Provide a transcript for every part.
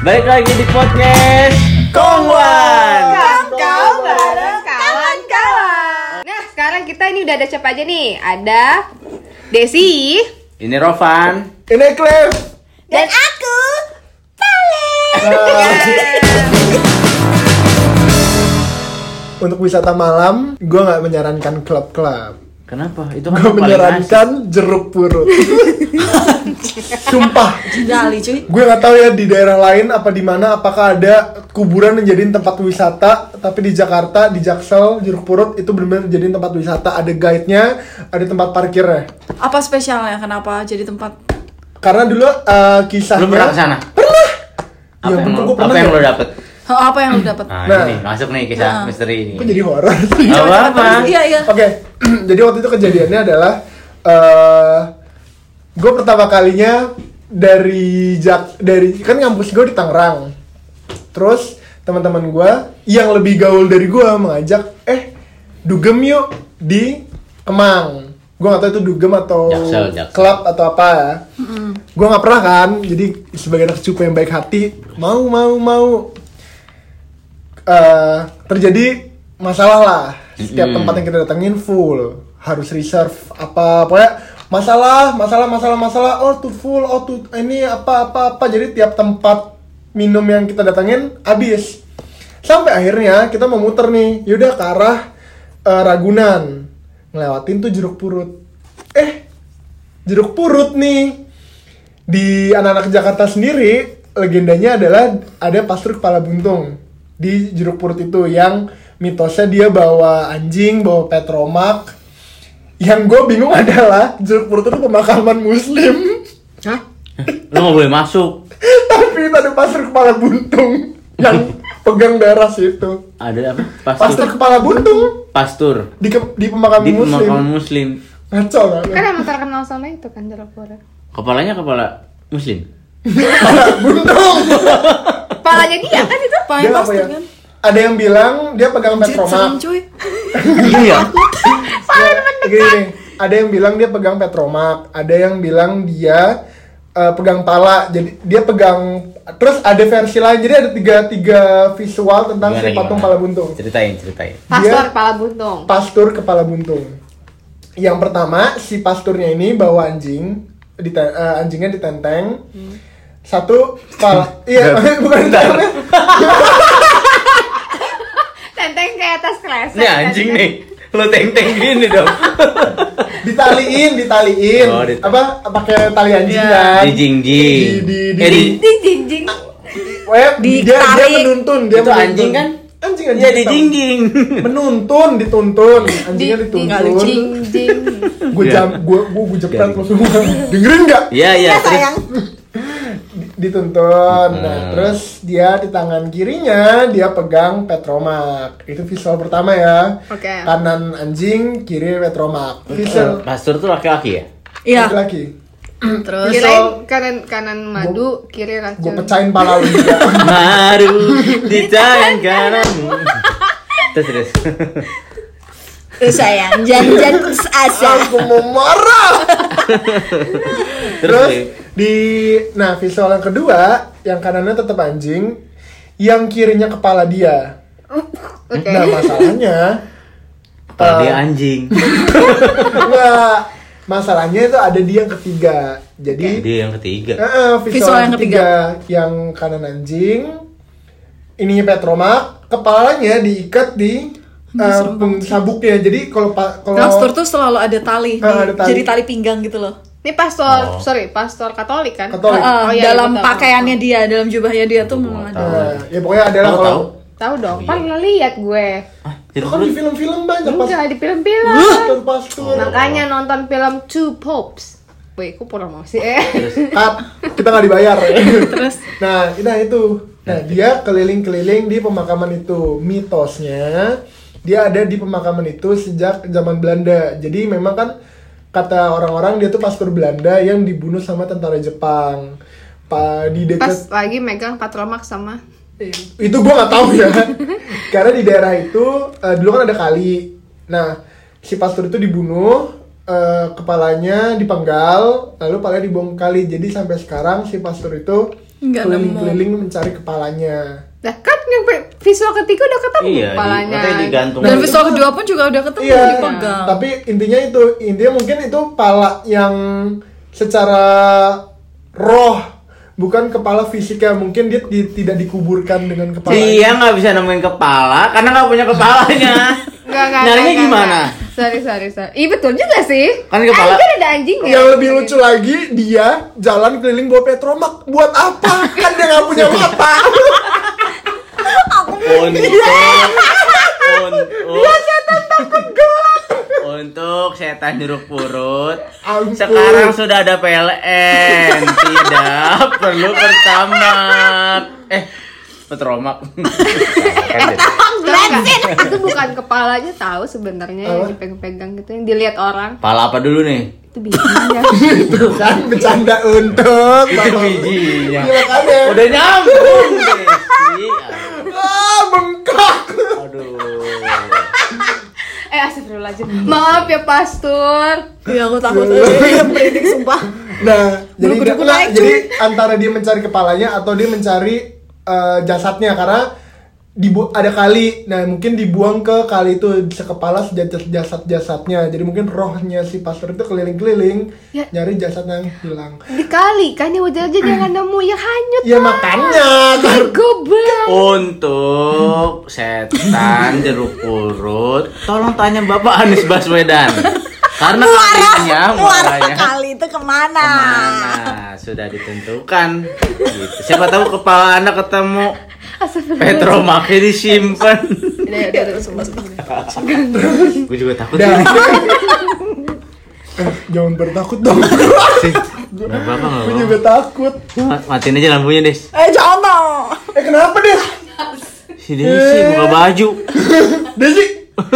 Balik lagi di podcast Kongwan. Kau bareng kawan-kawan. Nah, sekarang kita ini udah ada siapa aja nih? Ada Desi. Ini Rovan. Ini Cliff. Dan aku, Pale. Untuk wisata malam, gue nggak menyarankan klub-klub. Kenapa? Itu kan Gue paling menyarankan jeruk purut. Sumpah. Jali cuy. Gue nggak tahu ya di daerah lain apa di mana, apakah ada kuburan yang jadiin tempat wisata. Tapi di Jakarta, di Jaksel, jeruk purut itu benar-benar jadiin tempat wisata. Ada guide-nya, ada tempat parkirnya. Apa spesialnya? Kenapa jadi tempat? Karena dulu kisahnya. Lu pernah kesana? Pernah. Apa Ya, yang, betul, lo, gue pernah apa yang ya. lo dapet? Apa yang lu dapat? Nah, Nah. ini masuk nih kisah misteri ini. Kok jadi horor sih? Gak apa-apa. Iya. Oke, jadi waktu itu kejadiannya adalah gue pertama kalinya dari kan kampus gue di Tangerang. Terus teman-teman gue yang lebih gaul dari gue mengajak, dugem yuk di Kemang. Gue nggak tahu itu dugem atau Jaksel. klub atau apa ya. Gue nggak pernah kan, jadi sebagai anak cupu yang baik hati mau. Terjadi masalah lah. Setiap tempat yang kita datengin full, harus reserve apa, pokoknya masalah. Oh tuh full, oh tuh ini apa. Jadi tiap tempat minum yang kita datengin habis. Sampai akhirnya kita mau muter nih, yaudah ke arah Ragunan, ngelewatin tuh jeruk purut. Jeruk purut nih di anak-anak Jakarta sendiri legendanya adalah ada pastur kepala buntung di jeruk purut itu yang mitosnya dia bawa anjing, bawa petromak. Yang gue bingung adalah jeruk purut itu pemakaman muslim. Hah? Lo gak boleh masuk. Tapi itu ada pastur kepala buntung yang pegang darah situ. Ada apa? Pastur kepala buntung Pastur di pemakaman di muslim. pemakaman muslim. Ngaco gak? Kan emang terkenal sama itu kan jeruk purut. Kepalanya kepala muslim. Buntung. Kepalanya dia kan itu. Paling Dia apa pasti ya? kan. Ada yang bilang dia pegang Anjir, serem petromak. cuy. Iya. Gini, ada yang bilang dia pegang petromak, ada yang bilang dia pegang pala. Jadi dia pegang, terus ada versi lain. Jadi ada tiga visual tentang si patung pala buntung. Ceritain. Pastor kepala buntung. Pastur kepala buntung. Yang pertama, si pasturnya ini bawa anjing, anjingnya ditenteng. Satu kepala, iya bukan ditenteng. Tenteng ke atas kelas. Ini anjing nih. Lo teng-teng gini dong. Ditaliin. Oh, Apa pakai tali anjing Iya. kan? Di jingjing. Di jinjing. Dia menuntun, dia Itu anjing kan? Anjing Iya di hitam. jingjing. dituntun, anjingnya dituntun. Jinjing. Gue jepret lo semua. Dengerin nggak? Iya. sayang. Dituntun. Nah, terus dia di tangan kirinya dia pegang petromak. Itu visual pertama ya. Oke. Kanan anjing, kiri petromak. Visual Pastur tuh laki-laki ya? Iya. laki. Terus Kirain kanan madu, kiri Gue racun. pecahin pala lu juga. Maru di tangan kananmu. Terus. sayang, jangan putus asa. Aku mau marah. Terus Terus visual yang kedua, yang kanannya tetap anjing, yang kirinya kepala dia. Oke. Nah, masalahnya kepala dia anjing. enggak, masalahnya itu ada di yang ketiga. Jadi Dia yang ketiga. visual yang ketiga, yang kanan anjing, ininya petromak, kepalanya diikat di sabuknya. Jadi kalau pastor tuh selalu ada tali, ada tali. jadi tali pinggang gitu loh. Ini pastor Katolik kan? Katolik. iya, Dalam betul. pakaiannya dia, dalam jubahnya dia tuh memang ada. Ya pokoknya adalah Kamu kalau tahu? Tahu dong, Iya. paling lihat gue. Jeruk kan di purut. film-film banyak Enggak di film-film. pastur. Makanya nonton film Two Popes. Wih, aku promosi Cut, kita nggak dibayar. Terus Nah itu. Nah, dia keliling-keliling di pemakaman itu. Mitosnya dia ada di pemakaman itu sejak zaman Belanda. Jadi memang kan kata orang-orang dia tuh pastur Belanda yang dibunuh sama tentara Jepang. Di Pas dekat lagi megang patromak sama itu gue nggak tahu ya. Karena di daerah itu dulu kan ada kali. Nah, si pastur itu dibunuh, kepalanya dipenggal, lalu palanya dibuang kali. Jadi sampai sekarang si pastur itu Nggak nemu. keliling-keliling mencari kepalanya. Nah kan yang visual ketiga udah ketemu Iya, kepalanya. makanya digantung. Dan Nah, visual kedua pun juga udah ketemu Iya, dipegang. tapi intinya mungkin itu pala yang secara roh, bukan kepala fisiknya. Mungkin dia tidak dikuburkan dengan kepala. Dia nggak bisa nemuin kepala karena nggak punya kepalanya. Nyarinya gimana? Sorry. Iya betul juga sih. Kan kepala- Kan ada anjingnya. Yang lebih lucu lagi, dia jalan keliling bawa petromak. Buat apa? Kan dia nggak punya mata. Untuk setan jeruk purut. Ampun. Sekarang sudah ada PLN, tidak perlu pertamak. Petromak. Itu bukan kepalanya tahu sebenarnya yang Apa? dipegang-pegang gitu yang dilihat orang. Pala apa dulu nih? Itu bijinya. Itu kan bercanda untuk. Itu bijinya. Iya, makanya. Udah nyambung deh. Bengkak. Aduh. Astagfirullahaladzim. Maaf ya Pastor. Iya, aku takut. Merinding sumpah. Nah, Bulu-bulu naik, jadi antara dia mencari kepalanya atau dia mencari jasadnya, karena ada kali, nah mungkin dibuang ke kali itu sekepala jasad-jasadnya. Jadi mungkin rohnya si pastor itu keliling-keliling Ya. nyari jasad yang hilang. Dikali kan ya wajar aja jangan nemu yang hanyut. Ya makanya kan. Goblok. Untuk setan jeruk purut, tolong tanya Bapak Anies Baswedan. Karena kalinya muaranya kali itu kemana? sudah ditentukan. Gitu. Siapa tahu kepala Anda ketemu, Astagfirullah. petromaknya disimpan. Udah, sumpah. Gue juga takut. Dah. Sih. Jangan bertakut dong. Nggak apa-apa, nggak Gue apa-apa. juga takut. Matiin aja lampunya, Des. Jangan dong. Kenapa deh? Si Desi buka baju. Desi.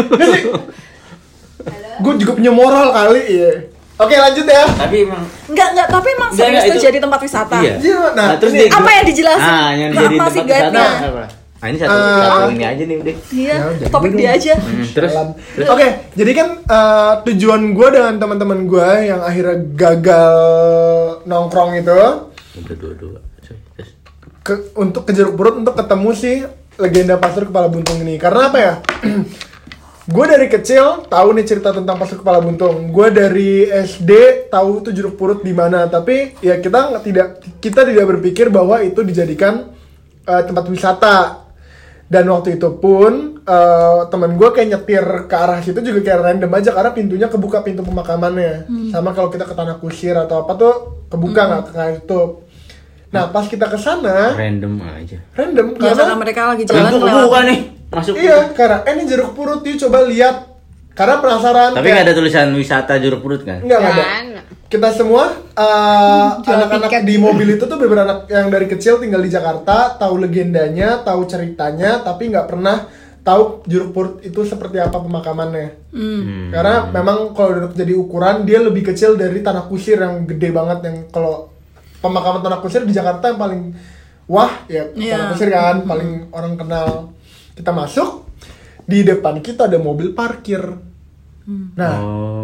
Gue juga punya moral kali ya. Oke, lanjut ya. Tapi emang Enggak, tapi emang Enggak, serius tuh itu- jadi tempat wisata. iya. Iya, nah, terus ini- dia Apa yang dijelasin? yang jadi Apa tempat sih wisata guide-nya? apa? Nah, ini satu ini aja nih udah. Iya, Ya, udah, topik dulu. dia aja. Terus Oke, jadi kan tujuan gue dengan teman-teman gue yang akhirnya gagal nongkrong itu dua. Terus untuk ke Jeruk Purut untuk ketemu si legenda pastor kepala buntung ini. Karena apa ya? Gue dari kecil tahu nih cerita tentang pastor kepala buntung. Gue dari SD tahu tuh Jeruk Purut di mana, tapi ya kita tidak berpikir bahwa itu dijadikan tempat wisata. Dan waktu itu pun teman gue kayak nyetir ke arah situ juga kayak random aja karena pintunya kebuka, pintu pemakamannya. Sama kalau kita ke Tanah Kusir atau apa tuh kebuka nggak tutup. Nah pas kita ke sana random aja. random Ya, karena mereka lagi jalan Pintu lewat. kebuka nih. Masuk. iya karena ini Jeruk Purut yuk coba lihat karena penasaran. Tapi nggak ada tulisan wisata jeruk purut kan? nggak ada. Kan. Kita semua anak-anak tiket. di mobil itu tuh beberapa anak yang dari kecil tinggal di Jakarta, tahu legendanya, tahu ceritanya, tapi nggak pernah tahu Jeruk Purut itu seperti apa pemakamannya. Karena memang kalau jadi ukuran dia lebih kecil dari Tanah Kusir yang gede banget, yang kalau pemakaman Tanah Kusir di Jakarta yang paling wah ya Tanah Kusir kan paling orang kenal. Kita masuk, di depan kita ada mobil parkir. Nah,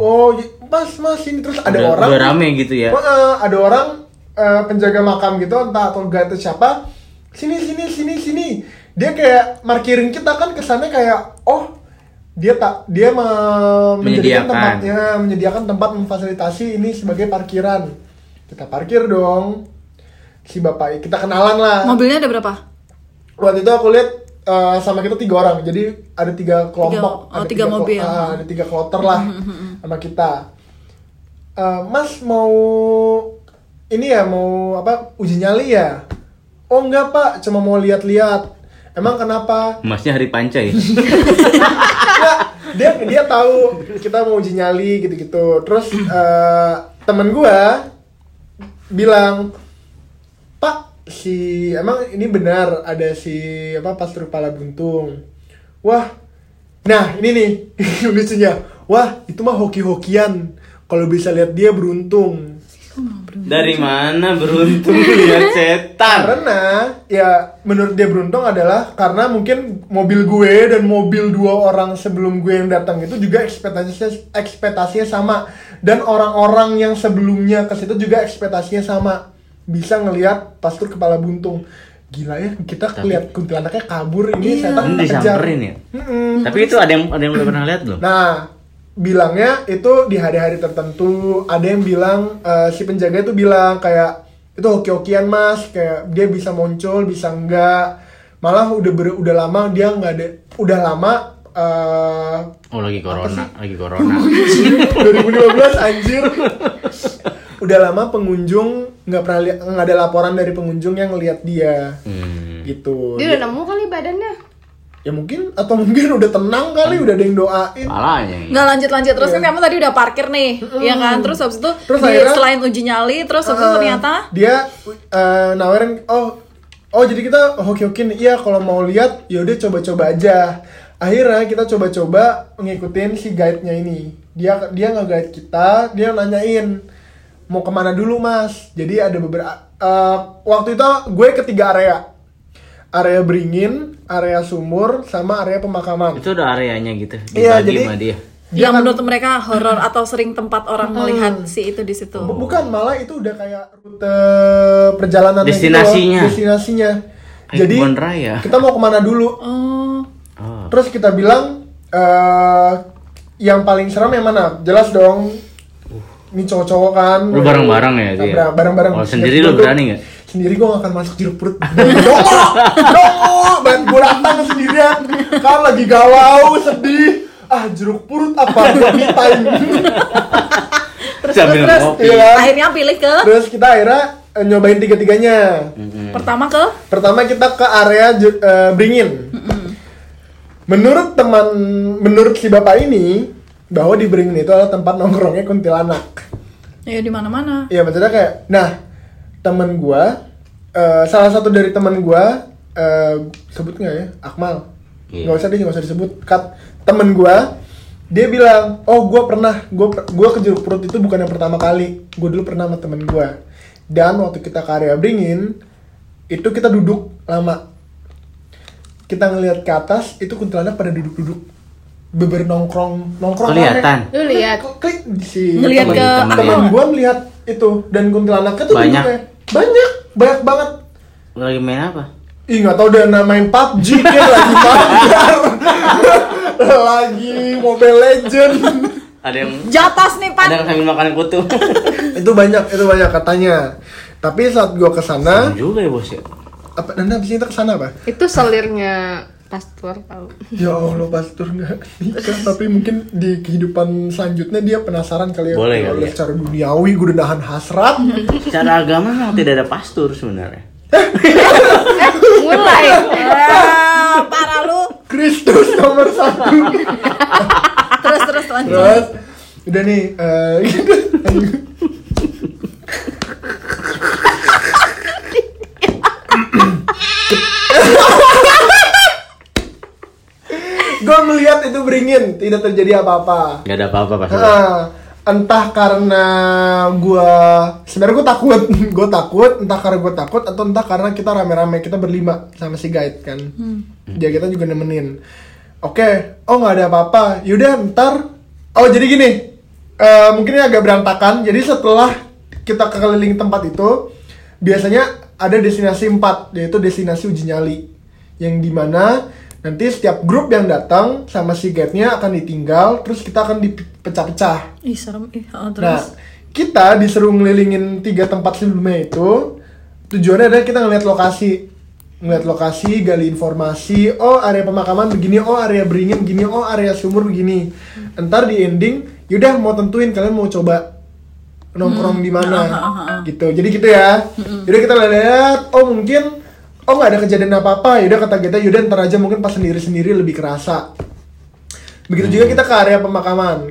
mas ini terus ada orang Udah rame gitu ya. ada orang penjaga makam gitu entah atau guide siapa, sini. Dia kayak markirin kita kan kesannya kayak dia menjadikan tempatnya, menyediakan tempat memfasilitasi ini sebagai parkiran. Kita parkir dong. Si bapak kita kenalan lah. Mobilnya ada berapa? Waktu itu aku lihat sama kita 3 orang, jadi ada 3 kelompok, ada 3 mobil. ada 3 kloter lah sama kita. Mas mau ini ya, mau apa, uji nyali ya? Oh enggak pak, cuma mau lihat-lihat. Emang kenapa? Masnya hari panca ya? Enggak, dia tahu kita mau uji nyali gitu-gitu. Terus temen gua bilang, Pak, emang ini benar ada si pastor kepala buntung. Wah, nah ini nih lucunya. Wah, itu mah hoki-hokian. Kalau bisa lihat dia beruntung. Dari mana beruntung lihat setan? Karena ya menurut dia beruntung adalah karena mungkin mobil gue dan mobil 2 orang sebelum gue yang datang itu juga ekspektasinya sama, dan orang-orang yang sebelumnya ke situ juga ekspektasinya sama. bisa ngelihat pastur kepala buntung. Gila ya, kita lihat kuntilanaknya kabur, ini setan Ini kejar. disamperin ya. Tapi itu ada yang udah pernah lihat belum? Nah, bilangnya itu di hari-hari tertentu. Ada yang bilang si penjaga itu bilang kayak itu hoki-hokian mas, kayak dia bisa muncul, bisa enggak. Malah udah lama dia nggak ada, udah lama. Lagi corona. 2015 anjir. Udah lama pengunjung nggak ada laporan dari pengunjung yang ngelihat dia. Gitu. Dia udah nemu kali badannya. Ya mungkin udah tenang kali, udah ada yang doain. Palanya. Nggak lanjut terus kan kamu tadi udah parkir nih, ya kan? Terus habis itu akhirnya, selain uji nyali, terus habis itu ternyata dia nawarin, jadi kita hoki-hoki nih. Iya kalau mau lihat, yaudah coba-coba aja. Akhirnya kita coba-coba ngikutin si guide-nya ini. Dia nge-guide kita, dia nanyain mau kemana dulu mas. Jadi ada beberapa waktu itu gue ke 3 area beringin, area sumur, sama area pemakaman. Itu udah areanya gitu. Iya, Dibagi jadi sama dia. dia yang kan- menurut mereka horor atau sering tempat orang melihat si itu di situ. bukan, malah itu udah kayak rute perjalanan destinasinya. Kayak Jadi kebun raya. kita mau kemana dulu? Oh. Terus kita bilang yang paling seram yang mana? Jelas dong. Ini cowok-cowok kan. Lu bareng-bareng ya dia? Bareng-bareng. Kalau sendiri lu berani nggak? Sendiri gue gak akan masuk jeruk perut. Dongo, banget gue datang sendirian. Kan lagi galau, sedih. Jeruk perut apa? Gue me time. Terus Sambil ngopi. Iya. akhirnya pilih ke Terus kita akhirnya nyobain tiga-tiganya. Pertama kita ke area Beringin. Menurut si bapak ini bahwa di Beringin itu adalah tempat nongkrongnya kuntilanak. ya di mana-mana. Iya, maksudnya kayak, temen gua, salah satu dari temen gua, sebut nggak ya, Akmal, Iya. nggak usah disebut, temen gua, dia bilang, gua ke jeruk perut itu bukan yang pertama kali, gua dulu pernah sama temen gua, dan waktu kita ke area Beringin, itu kita duduk lama, kita ngelihat ke atas, itu kuntilanak pada duduk-duduk, beber nongkrong Kelihatan. Lu lihat. klik si Ngelihat temen- ke temen apa? gua melihat itu, dan kuntilanaknya tuh Banyak. duduknya. banyak banget. Lagi main apa? Ih, nggak tahu udah main PUBG, dia lagi mabar, lagi Mobile Legend. Ada yang Jatas nih Pan. ada yang sambil makan kutu. itu banyak katanya. Tapi saat gua kesana, Serem juga ya bos ya. habis kita kesana apa? Itu selirnya pastor tahu. Ya Allah, pastor nggak nikah, tapi mungkin di kehidupan selanjutnya dia penasaran kali ya. Boleh Ya kali Allah, ya. secara duniawi gue udah nahan hasrat. Secara agama memang tidak ada pastor sebenarnya. Mulai. Parah lu. Kristus nomor 1. Terus lanjut. Terus udah nih, gue melihat itu Beringin, tidak terjadi apa-apa. Gak ada apa-apa pastor. Entah karena sebenarnya gue takut, entah karena gue takut atau entah karena kita rame-rame, kita berlima sama si guide kan, dia kita juga nemenin. Oke, nggak ada apa-apa, yaudah ntar, jadi gini, mungkin ini agak berantakan, jadi setelah kita keliling tempat itu, biasanya ada destinasi 4, yaitu destinasi uji nyali, yang dimana nanti setiap grup yang datang sama si guide-nya akan ditinggal, terus kita akan dipecah-pecah. Ih serem. Nah, Terus kita disuruh ngelilingin 3 tempat sebelumnya itu. Tujuannya adalah kita ngeliat lokasi, gali informasi. Oh, area pemakaman begini, oh area Beringin begini, oh area sumur begini. Entar di ending, yaudah mau tentuin kalian mau coba nongkrong di mana, gitu. Jadi gitu ya. Yaudah kita lihat, mungkin nggak ada kejadian apa-apa. Yaudah kata kita, yaudah ntar aja mungkin pas sendiri-sendiri lebih kerasa. Begitu juga kita ke area pemakaman.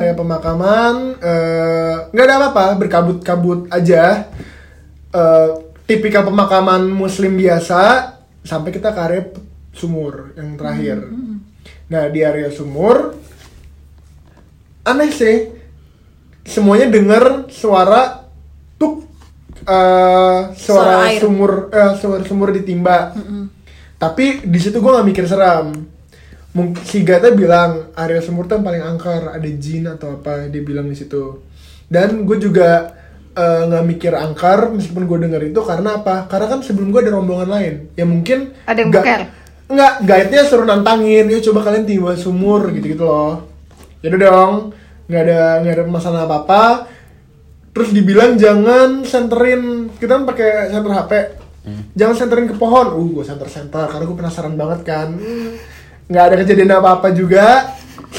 Nggak ada apa-apa, berkabut-kabut aja. Tipikal pemakaman muslim biasa. Sampai kita ke area sumur yang terakhir. Nah, di area sumur aneh sih, semuanya denger suara tuk, suara air. suara sumur ditimba. Tapi di situ gue nggak mikir seram. Mungkin si Gata bilang area sumur tuh yang paling angker, ada jin atau apa, dia bilang di situ. Dan gue juga nggak mikir angkar meskipun gue denger itu karena apa? Karena kan sebelum gue ada rombongan lain ya mungkin Ada yang boker? Enggak, guide-nya suruh nantangin, yuk coba kalian tiba sumur gitu-gitu loh. Yaudah dong, nggak ada masalah apa-apa. Terus dibilang jangan senterin, kita kan pakai senter HP. Jangan senterin ke pohon. Gue senter karena gue penasaran banget kan. Nggak ada kejadian apa-apa juga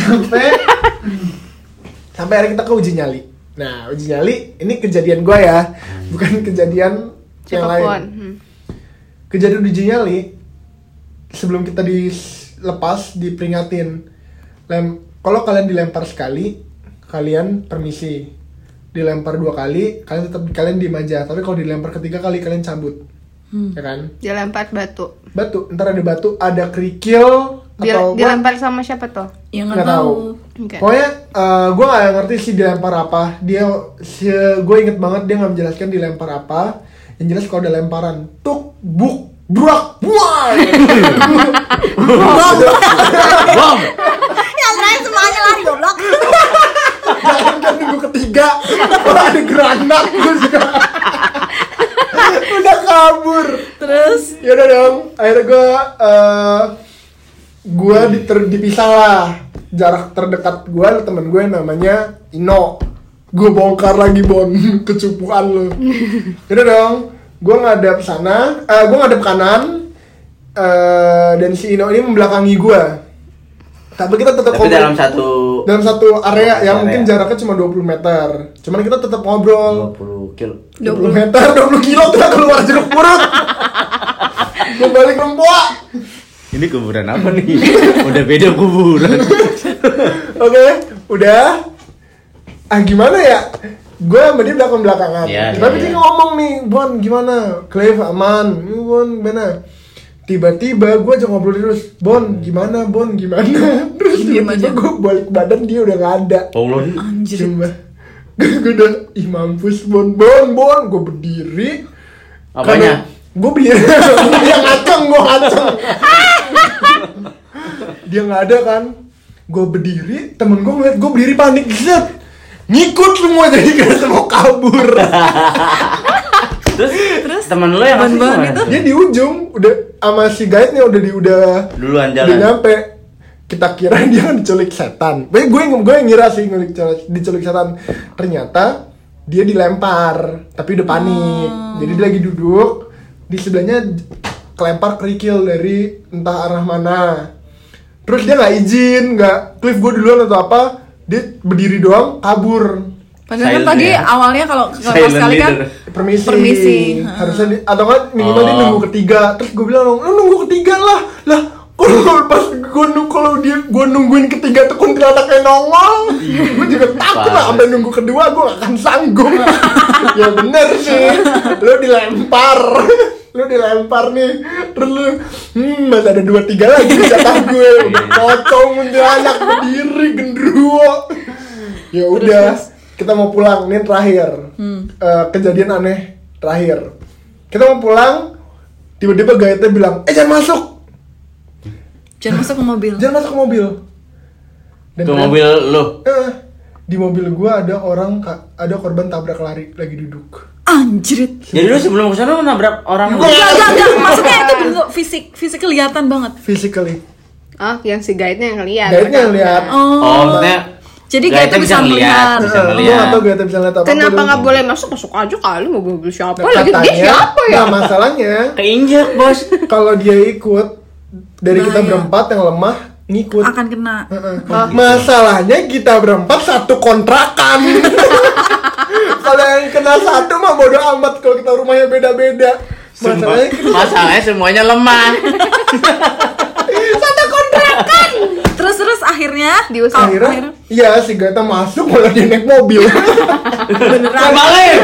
sampai akhirnya kita ke uji nyali. Nah, uji nyali ini kejadian gue ya, bukan kejadian yang lain. Kejadian uji nyali sebelum kita dilepas diperingatin. Kalau kalian dilempar sekali, kalian permisi. Dilempar 2 kali, kalian diem aja. Tapi kalau dilempar 3 kali, kalian cabut. Ya kan? Dilempar batu. Ntar ada batu, ada kerikil atau dilempar sama siapa tuh? Yang nggak nggak tahu. Okay. Pokoknya gue nggak ngerti sih dilempar apa. Gue inget banget dia nggak menjelaskan dilempar apa. Yang jelas kalau ada lemparan, tuk, buk, brak, buang. Bom. Yang lain semuanya lari goblok. Jangan kan minggu ketiga, kalau ada granat gue juga udah kabur. Terus Yaudah dong, akhirnya gue dipisah lah. Jarak terdekat gue ada temen gue namanya Ino. Gue bongkar lagi Bon, kecupuan lu. Yaudah dong, gue ngadep sana, gue ngadep kanan, dan si Ino ini membelakangi gue. Tapi kita tetap Tapi ngobrol dalam satu area yang mungkin jaraknya cuma 20 meter. Cuman kita tetap ngobrol. 20 kilo. 20 meter, 20 kilo tuh keluar jeruk purut. Gue balik Rempoa. Ini kuburan apa nih? Udah beda kuburan. Oke, udah. Gimana ya? Gue sama dia belakang-belakangan. Iya, Tapi iya, dia iya. ngomong nih, Bon gimana? Clive aman. Bon gimana? Tiba-tiba gue aja ngobrol terus, Bon gimana? Terus Diem tiba-tiba aja. gue balik badan dia udah gak ada. Allah. anjir. Sumpah. Gue udah, mampus Bon, gue berdiri. Apanya? Gue berdiri, dia ngaceng. Dia nggak ada kan. Gue berdiri, temen gue ngeliat gue berdiri panik, set. Ngikut semua jadi kita mau kabur. Terus teman lo yang asli Ban-ban gimana? itu? Dia di ujung, udah sama si guide-nya udah Duluan udah jalan. nyampe. Kita kira dia diculik setan. Gue yang ngira sih diculik setan. Ternyata dia dilempar, tapi udah panik. Jadi dia lagi duduk, di sebelahnya kelempar kerikil dari entah arah mana. Terus dia nggak izin, Cliff gue duluan atau apa, dia berdiri doang, kabur. Padahal kan Silent tadi ya. awalnya kalau Silent sekali kan leader. Permisi. Harusnya atau kan minimal dia Oh. nunggu ketiga. Terus gue bilang, lu nunggu ketiga lah. Kalau pas gue nungguin ketiga tuh kuntilanaknya nongol, gue juga takut lah. Sampai nunggu kedua gue gak akan sanggup. Ya bener sih, lu dilempar nih, terus lu masih ada 2-3 lagi di jatah gue. Pocong kuntilanak berdiri gendruwo. Ya udah, kita mau pulang, ini terakhir. Kejadian aneh terakhir. Kita mau pulang, tiba-tiba guide-nya bilang, jangan masuk ke mobil. Dan Ke mobil lo. di mobil gua ada korban tabrak lari lagi duduk. Anjrit. Jadi lu sebelum kesana lu nabrak orang lu? Enggak. Maksudnya itu bentuk fisik kelihatan banget. Physically. Oh, yang si guide-nya yang lihat. Guide-nya yang lihat. Oh, maksudnya Jadi guide-nya guide-nya bisa melihat. Bisa Gua melihat. nggak tahu guide-nya bisa lihat apa. Kenapa Gua nggak udah- boleh masuk aja kali mobil siapa Nah, lagi? Dia siapa ya? Nah, masalahnya Keinjak, Bos. kalau dia ikut dari kita berempat yang lemah ngikut. Akan kena. Masalahnya kita berempat satu kontrakan. Kalau yang kena satu mah bodo amat kalau kita rumahnya beda-beda. Masalahnya semuanya lemah. satu kontrakan. Terus akhirnya Diusir. Akhirnya, iya si Gata masuk malah dia naik mobil. Balik.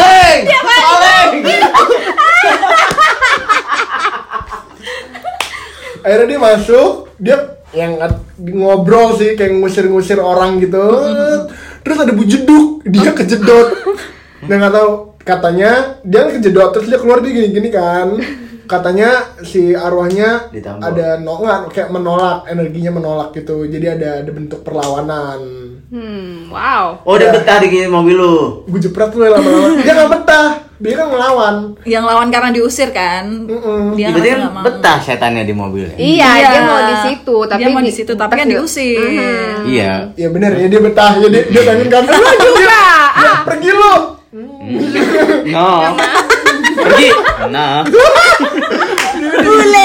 Akhirnya dia masuk, dia yang ngobrol sih kayak ngusir-ngusir orang gitu. Terus ada Bu Jeduk, dia kejedot. Dia nggak tahu, katanya dia kejedot terus dia keluar dia gini-gini kan. katanya si arwahnya Ditambah. ada kayak menolak, energinya menolak gitu. Jadi ada bentuk perlawanan. Wow. Oh, dia betah di mobil lu. Gue jepret lu ya lama-lama. Dia nggak betah, dia kan ngelawan. Yang lawan karena diusir kan. Dia Berarti ngerasa kan nggak mau. betah setannya di mobil. Iya, dia mau di situ, tapi dia mau di situ, tapi kan diusir. Iya. Ya bener ya, dia betah. Ya dia pengen kan. Lu juga. Ya, pergi lu. No. Pergi. Nah. Bule.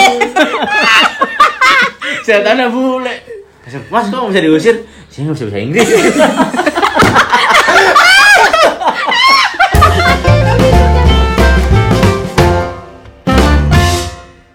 Setannya bule. Mas, kok bisa diusir? Saya nggak bisa bahasa Inggris.